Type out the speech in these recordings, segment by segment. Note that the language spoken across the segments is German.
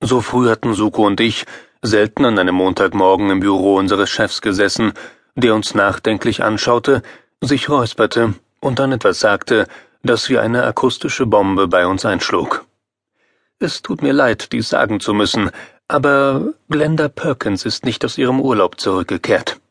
So früh hatten Suko und ich selten an einem Montagmorgen im Büro unseres Chefs gesessen, der uns nachdenklich anschaute, sich räusperte und dann etwas sagte, das wie eine akustische Bombe bei uns einschlug. »Es tut mir leid, dies sagen zu müssen, aber Glenda Perkins ist nicht aus ihrem Urlaub zurückgekehrt.«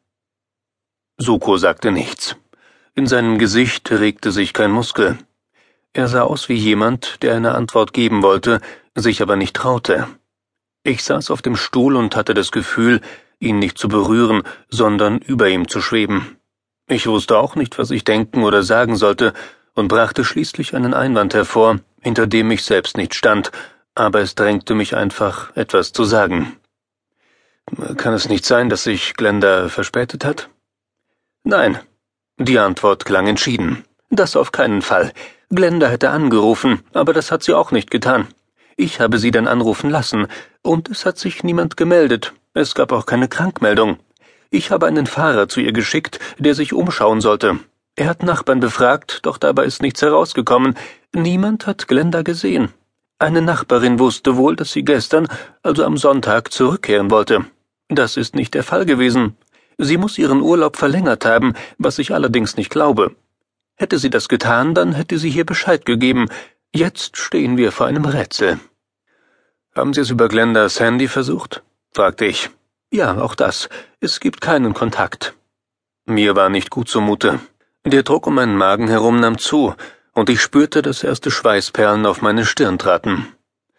Suko sagte nichts. In seinem Gesicht regte sich kein Muskel. Er sah aus wie jemand, der eine Antwort geben wollte, sich aber nicht traute. Ich saß auf dem Stuhl und hatte das Gefühl, ihn nicht zu berühren, sondern über ihm zu schweben. Ich wusste auch nicht, was ich denken oder sagen sollte, und brachte schließlich einen Einwand hervor, hinter dem ich selbst nicht stand, aber es drängte mich einfach, etwas zu sagen. »Kann es nicht sein, dass sich Glenda verspätet hat?« »Nein.« Die Antwort klang entschieden. »Das auf keinen Fall. Glenda hätte angerufen, aber das hat sie auch nicht getan. Ich habe sie dann anrufen lassen, und es hat sich niemand gemeldet. Es gab auch keine Krankmeldung. Ich habe einen Fahrer zu ihr geschickt, der sich umschauen sollte. Er hat Nachbarn befragt, doch dabei ist nichts herausgekommen. Niemand hat Glenda gesehen. Eine Nachbarin wusste wohl, dass sie gestern, also am Sonntag, zurückkehren wollte. Das ist nicht der Fall gewesen. Sie muss ihren Urlaub verlängert haben, was ich allerdings nicht glaube. Hätte sie das getan, dann hätte sie hier Bescheid gegeben. Jetzt stehen wir vor einem Rätsel.« »Haben Sie es über Glendas Handy versucht?« fragte ich. »Ja, auch das. Es gibt keinen Kontakt.« Mir war nicht gut zumute. Der Druck um meinen Magen herum nahm zu, und ich spürte, dass erste Schweißperlen auf meine Stirn traten.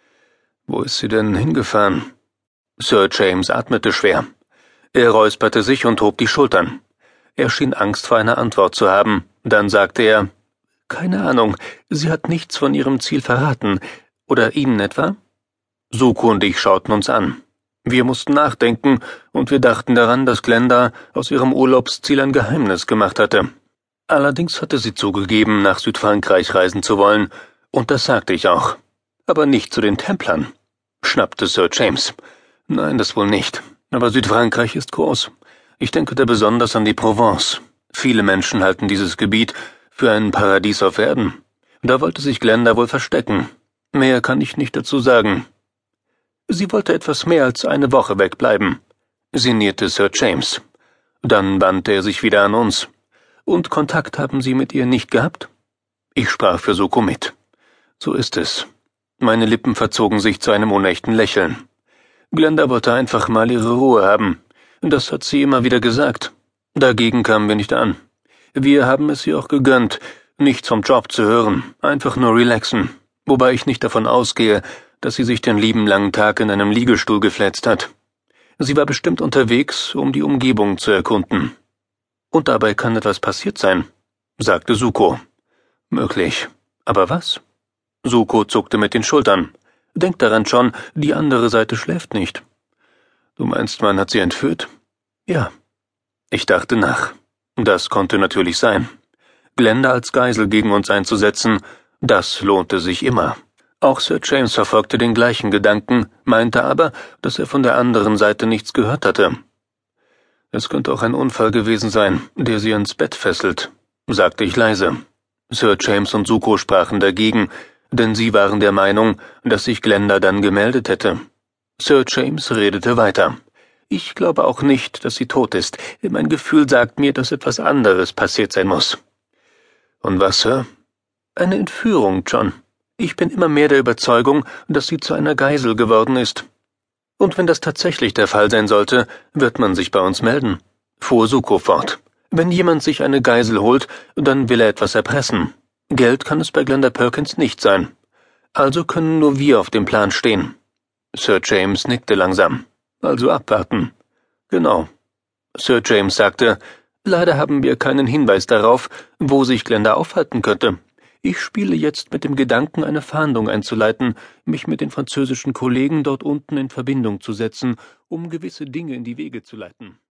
»Wo ist sie denn hingefahren?« Sir James atmete schwer. Er räusperte sich und hob die Schultern. Er schien Angst vor einer Antwort zu haben. Dann sagte er, »Keine Ahnung, sie hat nichts von ihrem Ziel verraten. Oder Ihnen etwa?« Suko und ich schauten uns an. Wir mussten nachdenken, und wir dachten daran, dass Glenda aus ihrem Urlaubsziel ein Geheimnis gemacht hatte. Allerdings hatte sie zugegeben, nach Südfrankreich reisen zu wollen, und das sagte ich auch. »Aber nicht zu den Templern«, schnappte Sir James. »Nein, das wohl nicht. Aber Südfrankreich ist groß. Ich denke da besonders an die Provence. Viele Menschen halten dieses Gebiet für ein Paradies auf Erden. Da wollte sich Glenda wohl verstecken. Mehr kann ich nicht dazu sagen.« »Sie wollte etwas mehr als eine Woche wegbleiben«, sinnierte Sir James. Dann wandte er sich wieder an uns. »Und Kontakt haben Sie mit ihr nicht gehabt?« Ich sprach für Suko mit. »So ist es.« Meine Lippen verzogen sich zu einem unechten Lächeln. Glenda wollte einfach mal ihre Ruhe haben. Das hat sie immer wieder gesagt. Dagegen kamen wir nicht an. Wir haben es ihr auch gegönnt, nichts vom Job zu hören, einfach nur relaxen. Wobei ich nicht davon ausgehe, dass sie sich den lieben langen Tag in einem Liegestuhl gefläzt hat. Sie war bestimmt unterwegs, um die Umgebung zu erkunden. »Und dabei kann etwas passiert sein«, sagte Suko. »Möglich. Aber was?« Suko zuckte mit den Schultern. »Denk daran, John, die andere Seite schläft nicht.« »Du meinst, man hat sie entführt?« »Ja.« Ich dachte nach. Das konnte natürlich sein. Glenda als Geisel gegen uns einzusetzen, das lohnte sich immer. Auch Sir James verfolgte den gleichen Gedanken, meinte aber, dass er von der anderen Seite nichts gehört hatte. »Es könnte auch ein Unfall gewesen sein, der sie ans Bett fesselt«, sagte ich leise. Sir James und Suko sprachen dagegen, denn sie waren der Meinung, dass sich Glenda dann gemeldet hätte. Sir James redete weiter. »Ich glaube auch nicht, dass sie tot ist. Mein Gefühl sagt mir, dass etwas anderes passiert sein muss.« »Und was, Sir?« »Eine Entführung, John. Ich bin immer mehr der Überzeugung, dass sie zu einer Geisel geworden ist. Und wenn das tatsächlich der Fall sein sollte, wird man sich bei uns melden«, fuhr Suko fort. »Wenn jemand sich eine Geisel holt, dann will er etwas erpressen. Geld kann es bei Glenda Perkins nicht sein. Also können nur wir auf dem Plan stehen.« Sir James nickte langsam. »Also abwarten.« »Genau.« Sir James sagte, »Leider haben wir keinen Hinweis darauf, wo sich Glenda aufhalten könnte. Ich spiele jetzt mit dem Gedanken, eine Fahndung einzuleiten, mich mit den französischen Kollegen dort unten in Verbindung zu setzen, um gewisse Dinge in die Wege zu leiten.«